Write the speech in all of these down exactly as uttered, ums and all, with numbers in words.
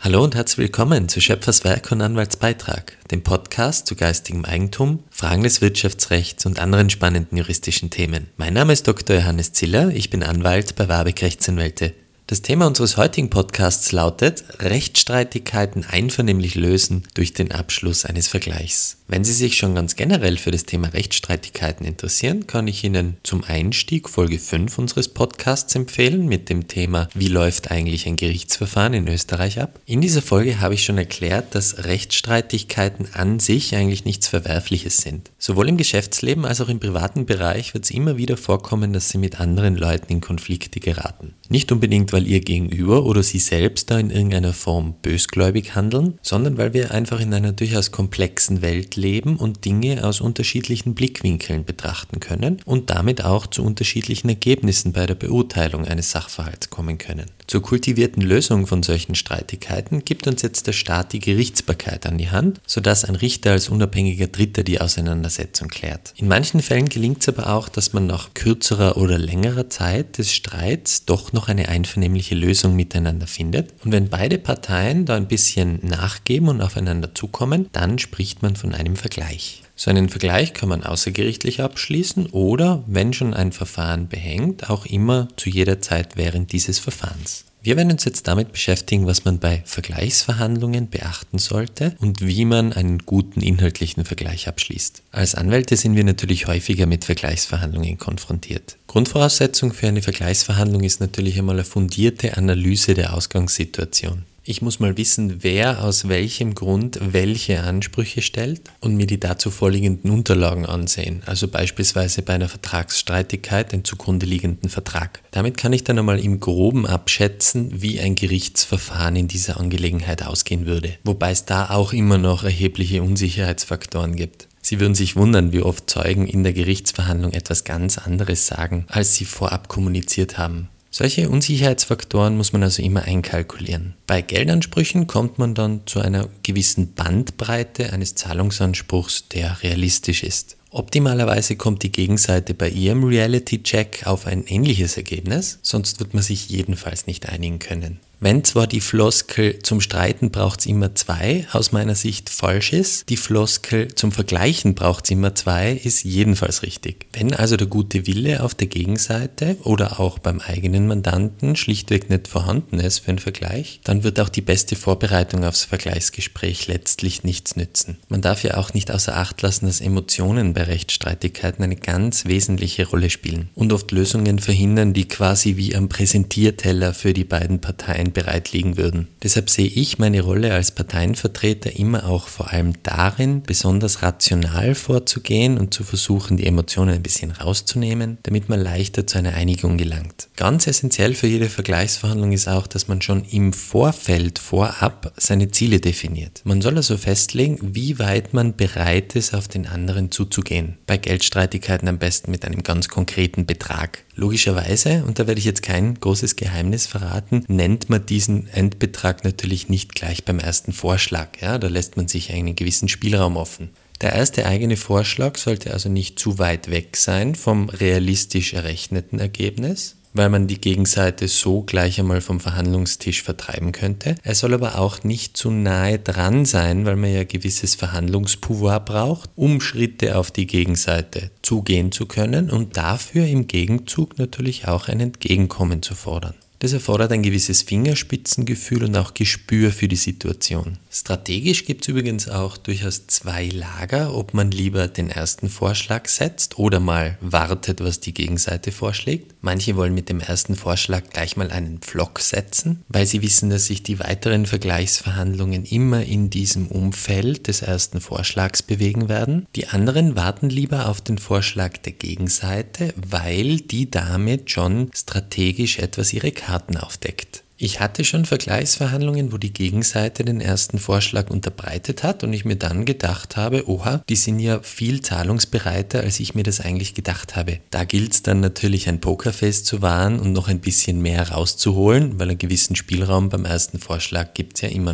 Hallo und herzlich willkommen zu Schöpfers Werk und Anwaltsbeitrag, dem Podcast zu geistigem Eigentum, Fragen des Wirtschaftsrechts und anderen spannenden juristischen Themen. Mein Name ist Doktor Johannes Ziller, ich bin Anwalt bei Warbeck Rechtsanwälte. Das Thema unseres heutigen Podcasts lautet Rechtsstreitigkeiten einvernehmlich lösen durch den Abschluss eines Vergleichs. Wenn Sie sich schon ganz generell für das Thema Rechtsstreitigkeiten interessieren, kann ich Ihnen zum Einstieg Folge fünf unseres Podcasts empfehlen mit dem Thema Wie läuft eigentlich ein Gerichtsverfahren in Österreich ab? In dieser Folge habe ich schon erklärt, dass Rechtsstreitigkeiten an sich eigentlich nichts Verwerfliches sind. Sowohl im Geschäftsleben als auch im privaten Bereich wird es immer wieder vorkommen, dass Sie mit anderen Leuten in Konflikte geraten. Nicht unbedingt, weil ihr Gegenüber oder Sie selbst da in irgendeiner Form bösgläubig handeln, sondern weil wir einfach in einer durchaus komplexen Welt leben und Dinge aus unterschiedlichen Blickwinkeln betrachten können und damit auch zu unterschiedlichen Ergebnissen bei der Beurteilung eines Sachverhalts kommen können. Zur kultivierten Lösung von solchen Streitigkeiten gibt uns jetzt der Staat die Gerichtsbarkeit an die Hand, sodass ein Richter als unabhängiger Dritter die Auseinandersetzung klärt. In manchen Fällen gelingt es aber auch, dass man nach kürzerer oder längerer Zeit des Streits doch noch eine einvernehmliche Lösung miteinander findet. Und wenn beide Parteien da ein bisschen nachgeben und aufeinander zukommen, dann spricht man von einem Vergleich. So einen Vergleich kann man außergerichtlich abschließen oder, wenn schon ein Verfahren behängt, auch immer zu jeder Zeit während dieses Verfahrens. Wir werden uns jetzt damit beschäftigen, was man bei Vergleichsverhandlungen beachten sollte und wie man einen guten inhaltlichen Vergleich abschließt. Als Anwälte sind wir natürlich häufiger mit Vergleichsverhandlungen konfrontiert. Grundvoraussetzung für eine Vergleichsverhandlung ist natürlich einmal eine fundierte Analyse der Ausgangssituation. Ich muss mal wissen, wer aus welchem Grund welche Ansprüche stellt und mir die dazu vorliegenden Unterlagen ansehen, also beispielsweise bei einer Vertragsstreitigkeit den zugrunde liegenden Vertrag. Damit kann ich dann einmal im Groben abschätzen, wie ein Gerichtsverfahren in dieser Angelegenheit ausgehen würde, wobei es da auch immer noch erhebliche Unsicherheitsfaktoren gibt. Sie würden sich wundern, wie oft Zeugen in der Gerichtsverhandlung etwas ganz anderes sagen, als sie vorab kommuniziert haben. Solche Unsicherheitsfaktoren muss man also immer einkalkulieren. Bei Geldansprüchen kommt man dann zu einer gewissen Bandbreite eines Zahlungsanspruchs, der realistisch ist. Optimalerweise kommt die Gegenseite bei ihrem Reality-Check auf ein ähnliches Ergebnis, sonst wird man sich jedenfalls nicht einigen können. Wenn zwar die Floskel zum Streiten braucht es immer zwei aus meiner Sicht falsch ist, die Floskel zum Vergleichen braucht es immer zwei ist jedenfalls richtig. Wenn also der gute Wille auf der Gegenseite oder auch beim eigenen Mandanten schlichtweg nicht vorhanden ist für einen Vergleich, dann wird auch die beste Vorbereitung aufs Vergleichsgespräch letztlich nichts nützen. Man darf ja auch nicht außer Acht lassen, dass Emotionen bei Rechtsstreitigkeiten eine ganz wesentliche Rolle spielen und oft Lösungen verhindern, die quasi wie am Präsentierteller für die beiden Parteien bereit liegen würden. Deshalb sehe ich meine Rolle als Parteienvertreter immer auch vor allem darin, besonders rational vorzugehen und zu versuchen, die Emotionen ein bisschen rauszunehmen, damit man leichter zu einer Einigung gelangt. Ganz essentiell für jede Vergleichsverhandlung ist auch, dass man schon im Vorfeld, vorab seine Ziele definiert. Man soll also festlegen, wie weit man bereit ist, auf den anderen zuzugehen. Bei Geldstreitigkeiten am besten mit einem ganz konkreten Betrag. Logischerweise, und da werde ich jetzt kein großes Geheimnis verraten, nennt man diesen Endbetrag natürlich nicht gleich beim ersten Vorschlag. Ja, da lässt man sich einen gewissen Spielraum offen. Der erste eigene Vorschlag sollte also nicht zu weit weg sein vom realistisch errechneten Ergebnis, weil man die Gegenseite so gleich einmal vom Verhandlungstisch vertreiben könnte. Er soll aber auch nicht zu nahe dran sein, weil man ja gewisses Verhandlungspouvoir braucht, um Schritte auf die Gegenseite zugehen zu können und dafür im Gegenzug natürlich auch ein Entgegenkommen zu fordern. Das erfordert ein gewisses Fingerspitzengefühl und auch Gespür für die Situation. Strategisch gibt es übrigens auch durchaus zwei Lager, ob man lieber den ersten Vorschlag setzt oder mal wartet, was die Gegenseite vorschlägt. Manche wollen mit dem ersten Vorschlag gleich mal einen Pflock setzen, weil sie wissen, dass sich die weiteren Vergleichsverhandlungen immer in diesem Umfeld des ersten Vorschlags bewegen werden. Die anderen warten lieber auf den Vorschlag der Gegenseite, weil die damit schon strategisch etwas ihre Karten aufdeckt. Ich hatte schon Vergleichsverhandlungen, wo die Gegenseite den ersten Vorschlag unterbreitet hat und ich mir dann gedacht habe, oha, die sind ja viel zahlungsbereiter, als ich mir das eigentlich gedacht habe. Da gilt es dann natürlich ein Pokerface zu wahren und noch ein bisschen mehr rauszuholen, weil einen gewissen Spielraum beim ersten Vorschlag gibt es ja immer noch.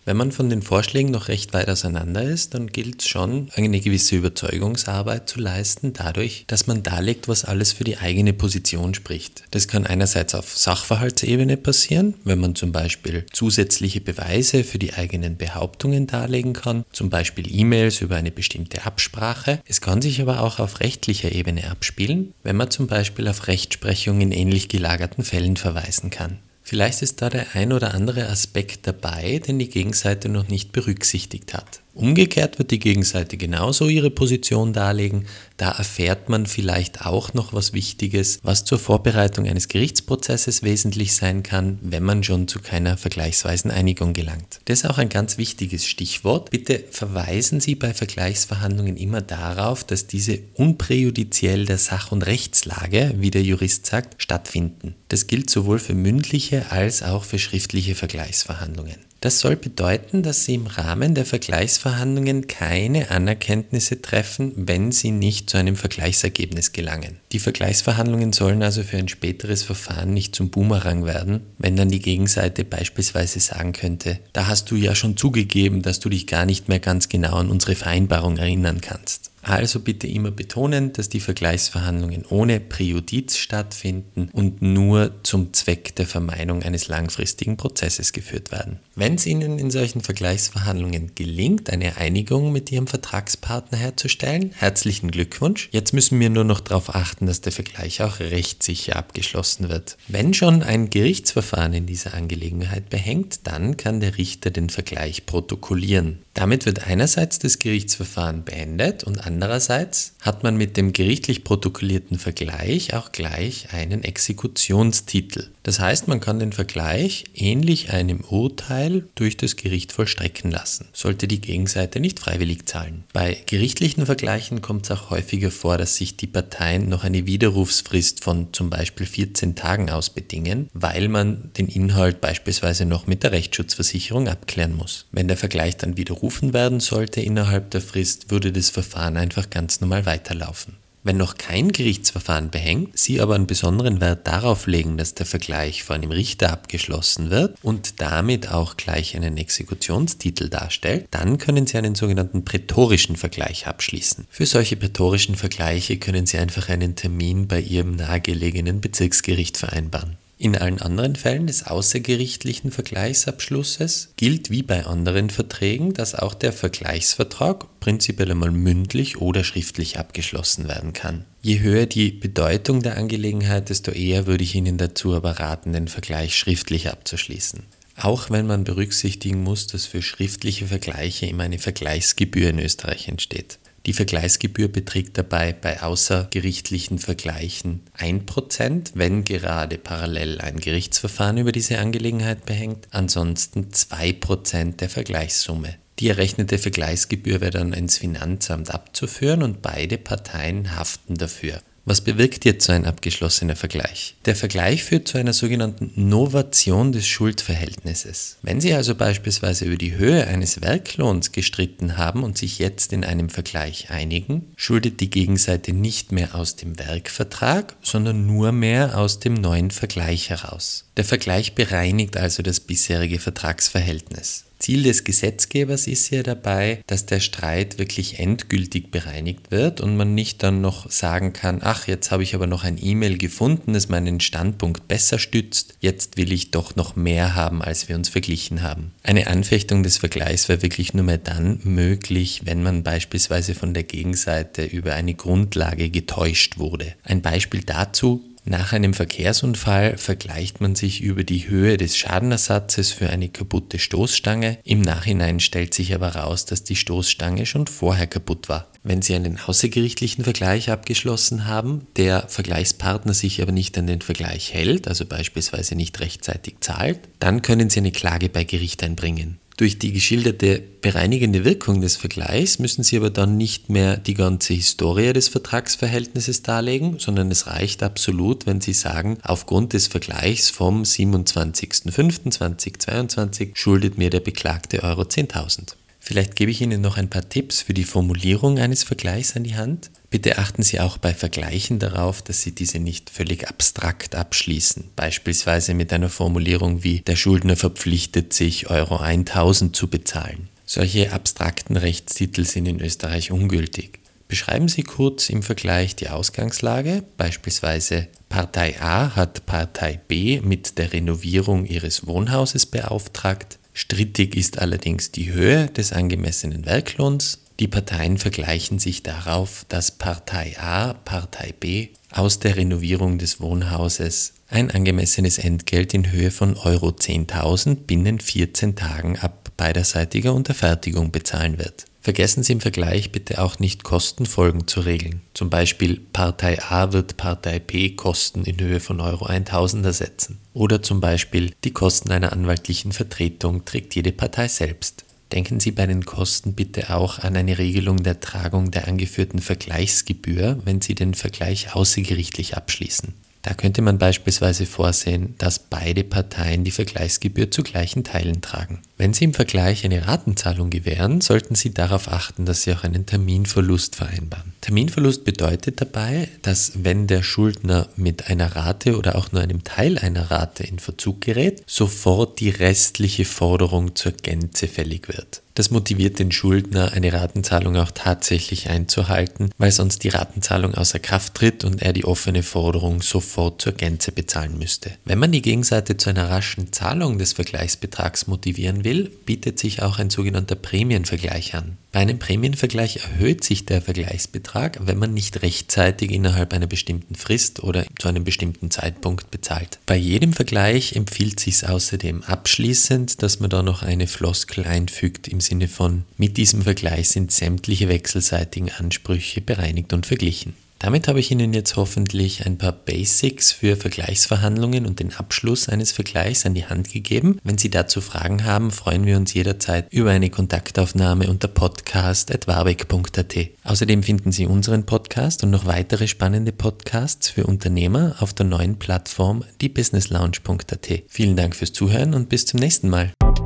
Wenn man von den Vorschlägen noch recht weit auseinander ist, dann gilt es schon, eine gewisse Überzeugungsarbeit zu leisten, dadurch, dass man darlegt, was alles für die eigene Position spricht. Das kann einerseits auf Sachverhaltsebene passieren, wenn man zum Beispiel zusätzliche Beweise für die eigenen Behauptungen darlegen kann, zum Beispiel E-Mails über eine bestimmte Absprache. Es kann sich aber auch auf rechtlicher Ebene abspielen, wenn man zum Beispiel auf Rechtsprechung in ähnlich gelagerten Fällen verweisen kann. Vielleicht ist da der ein oder andere Aspekt dabei, den die Gegenseite noch nicht berücksichtigt hat. Umgekehrt wird die Gegenseite genauso ihre Position darlegen, da erfährt man vielleicht auch noch was Wichtiges, was zur Vorbereitung eines Gerichtsprozesses wesentlich sein kann, wenn man schon zu keiner vergleichsweisen Einigung gelangt. Das ist auch ein ganz wichtiges Stichwort. Bitte verweisen Sie bei Vergleichsverhandlungen immer darauf, dass diese unpräjudiziell der Sach- und Rechtslage, wie der Jurist sagt, stattfinden. Das gilt sowohl für mündliche als auch für schriftliche Vergleichsverhandlungen. Das soll bedeuten, dass Sie im Rahmen der Vergleichsverhandlungen keine Anerkenntnisse treffen, wenn Sie nicht zu einem Vergleichsergebnis gelangen. Die Vergleichsverhandlungen sollen also für ein späteres Verfahren nicht zum Boomerang werden, wenn dann die Gegenseite beispielsweise sagen könnte, da hast du ja schon zugegeben, dass du dich gar nicht mehr ganz genau an unsere Vereinbarung erinnern kannst. Also bitte immer betonen, dass die Vergleichsverhandlungen ohne Präjudiz stattfinden und nur zum Zweck der Vermeidung eines langfristigen Prozesses geführt werden. Wenn es Ihnen in solchen Vergleichsverhandlungen gelingt, eine Einigung mit Ihrem Vertragspartner herzustellen, herzlichen Glückwunsch. Jetzt müssen wir nur noch darauf achten, dass der Vergleich auch rechtssicher abgeschlossen wird. Wenn schon ein Gerichtsverfahren in dieser Angelegenheit behängt, dann kann der Richter den Vergleich protokollieren. Damit wird einerseits das Gerichtsverfahren beendet und andererseits hat man mit dem gerichtlich protokollierten Vergleich auch gleich einen Exekutionstitel. Das heißt, man kann den Vergleich ähnlich einem Urteil durch das Gericht vollstrecken lassen, sollte die Gegenseite nicht freiwillig zahlen. Bei gerichtlichen Vergleichen kommt es auch häufiger vor, dass sich die Parteien noch eine Widerrufsfrist von zum Beispiel vierzehn Tagen ausbedingen, weil man den Inhalt beispielsweise noch mit der Rechtsschutzversicherung abklären muss. Wenn der Vergleich dann widerrufen werden sollte innerhalb der Frist, würde das Verfahren einfach ganz normal weiterlaufen. Wenn noch kein Gerichtsverfahren behängt, Sie aber einen besonderen Wert darauf legen, dass der Vergleich vor einem Richter abgeschlossen wird und damit auch gleich einen Exekutionstitel darstellt, dann können Sie einen sogenannten prätorischen Vergleich abschließen. Für solche prätorischen Vergleiche können Sie einfach einen Termin bei Ihrem nahegelegenen Bezirksgericht vereinbaren. In allen anderen Fällen des außergerichtlichen Vergleichsabschlusses gilt wie bei anderen Verträgen, dass auch der Vergleichsvertrag prinzipiell einmal mündlich oder schriftlich abgeschlossen werden kann. Je höher die Bedeutung der Angelegenheit, desto eher würde ich Ihnen dazu aber raten, den Vergleich schriftlich abzuschließen. Auch wenn man berücksichtigen muss, dass für schriftliche Vergleiche immer eine Vergleichsgebühr in Österreich entsteht. Die Vergleichsgebühr beträgt dabei bei außergerichtlichen Vergleichen ein Prozent, wenn gerade parallel ein Gerichtsverfahren über diese Angelegenheit behängt, ansonsten zwei Prozent der Vergleichssumme. Die errechnete Vergleichsgebühr wäre dann ins Finanzamt abzuführen und beide Parteien haften dafür. Was bewirkt jetzt so ein abgeschlossener Vergleich? Der Vergleich führt zu einer sogenannten Novation des Schuldverhältnisses. Wenn Sie also beispielsweise über die Höhe eines Werklohns gestritten haben und sich jetzt in einem Vergleich einigen, schuldet die Gegenseite nicht mehr aus dem Werkvertrag, sondern nur mehr aus dem neuen Vergleich heraus. Der Vergleich bereinigt also das bisherige Vertragsverhältnis. Ziel des Gesetzgebers ist ja dabei, dass der Streit wirklich endgültig bereinigt wird und man nicht dann noch sagen kann, ach, jetzt habe ich aber noch ein E-Mail gefunden, das meinen Standpunkt besser stützt, jetzt will ich doch noch mehr haben, als wir uns verglichen haben. Eine Anfechtung des Vergleichs wäre wirklich nur mehr dann möglich, wenn man beispielsweise von der Gegenseite über eine Grundlage getäuscht wurde. Ein Beispiel dazu: Nach einem Verkehrsunfall vergleicht man sich über die Höhe des Schadenersatzes für eine kaputte Stoßstange. Im Nachhinein stellt sich aber raus, dass die Stoßstange schon vorher kaputt war. Wenn Sie einen außergerichtlichen Vergleich abgeschlossen haben, der Vergleichspartner sich aber nicht an den Vergleich hält, also beispielsweise nicht rechtzeitig zahlt, dann können Sie eine Klage bei Gericht einbringen. Durch die geschilderte bereinigende Wirkung des Vergleichs müssen Sie aber dann nicht mehr die ganze Historie des Vertragsverhältnisses darlegen, sondern es reicht absolut, wenn Sie sagen, aufgrund des Vergleichs vom siebenundzwanzigster fünfter zweitausendzweiundzwanzig schuldet mir der Beklagte Euro zehntausend. Vielleicht gebe ich Ihnen noch ein paar Tipps für die Formulierung eines Vergleichs an die Hand. Bitte achten Sie auch bei Vergleichen darauf, dass Sie diese nicht völlig abstrakt abschließen, beispielsweise mit einer Formulierung wie der Schuldner verpflichtet sich, Euro tausend zu bezahlen. Solche abstrakten Rechtstitel sind in Österreich ungültig. Beschreiben Sie kurz im Vergleich die Ausgangslage, beispielsweise Partei A hat Partei B mit der Renovierung ihres Wohnhauses beauftragt. Strittig ist allerdings die Höhe des angemessenen Werklohns. Die Parteien vergleichen sich darauf, dass Partei A Partei B aus der Renovierung des Wohnhauses ein angemessenes Entgelt in Höhe von Euro zehntausend binnen vierzehn Tagen ab beiderseitiger Unterfertigung bezahlen wird. Vergessen Sie im Vergleich bitte auch nicht Kostenfolgen zu regeln. Zum Beispiel Partei A wird Partei B Kosten in Höhe von Euro tausend ersetzen. Oder zum Beispiel die Kosten einer anwaltlichen Vertretung trägt jede Partei selbst. Denken Sie bei den Kosten bitte auch an eine Regelung der Tragung der angeführten Vergleichsgebühr, wenn Sie den Vergleich außergerichtlich abschließen. Da könnte man beispielsweise vorsehen, dass beide Parteien die Vergleichsgebühr zu gleichen Teilen tragen. Wenn Sie im Vergleich eine Ratenzahlung gewähren, sollten Sie darauf achten, dass Sie auch einen Terminverlust vereinbaren. Terminverlust bedeutet dabei, dass wenn der Schuldner mit einer Rate oder auch nur einem Teil einer Rate in Verzug gerät, sofort die restliche Forderung zur Gänze fällig wird. Das motiviert den Schuldner, eine Ratenzahlung auch tatsächlich einzuhalten, weil sonst die Ratenzahlung außer Kraft tritt und er die offene Forderung sofort zur Gänze bezahlen müsste. Wenn man die Gegenseite zu einer raschen Zahlung des Vergleichsbetrags motivieren will, bietet sich auch ein sogenannter Prämienvergleich an. Bei einem Prämienvergleich erhöht sich der Vergleichsbetrag, wenn man nicht rechtzeitig innerhalb einer bestimmten Frist oder zu einem bestimmten Zeitpunkt bezahlt. Bei jedem Vergleich empfiehlt es sich außerdem abschließend, dass man da noch eine Floskel einfügt im Sinne von: Mit diesem Vergleich sind sämtliche wechselseitigen Ansprüche bereinigt und verglichen. Damit habe ich Ihnen jetzt hoffentlich ein paar Basics für Vergleichsverhandlungen und den Abschluss eines Vergleichs an die Hand gegeben. Wenn Sie dazu Fragen haben, freuen wir uns jederzeit über eine Kontaktaufnahme unter podcast at warbeck punkt a t. Außerdem finden Sie unseren Podcast und noch weitere spannende Podcasts für Unternehmer auf der neuen Plattform die business lounge punkt a t. Vielen Dank fürs Zuhören und bis zum nächsten Mal.